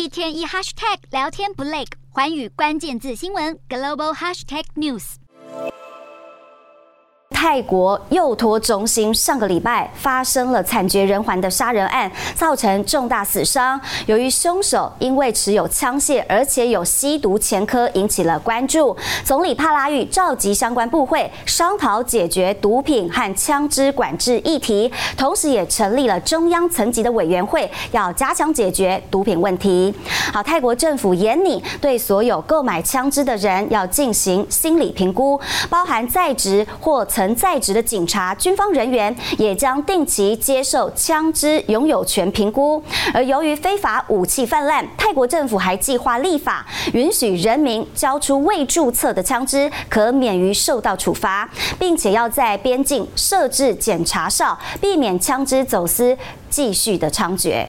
一天一 hashtag 聊天不累，寰宇关键字新闻 global hashtag news。 泰国幼托中心上个礼拜发生了惨绝人寰的杀人案，造成重大死伤。由于凶手因为持有枪械，而且有吸毒前科，引起了关注。总理帕拉育召集相关部会商讨解决毒品和枪支管制议题，同时也成立了中央层级的委员会，要加强解决毒品问题。好，泰国政府严拟对所有购买枪支的人要进行心理评估，包含在职或曾在职的警察、军方人员也将定期接受枪支拥有权评估。而由于非法武器泛滥，泰国政府还计划立法，允许人民交出未注册的枪支，可免于受到处罚，并且要在边境设置检查哨，避免枪支走私继续的猖獗。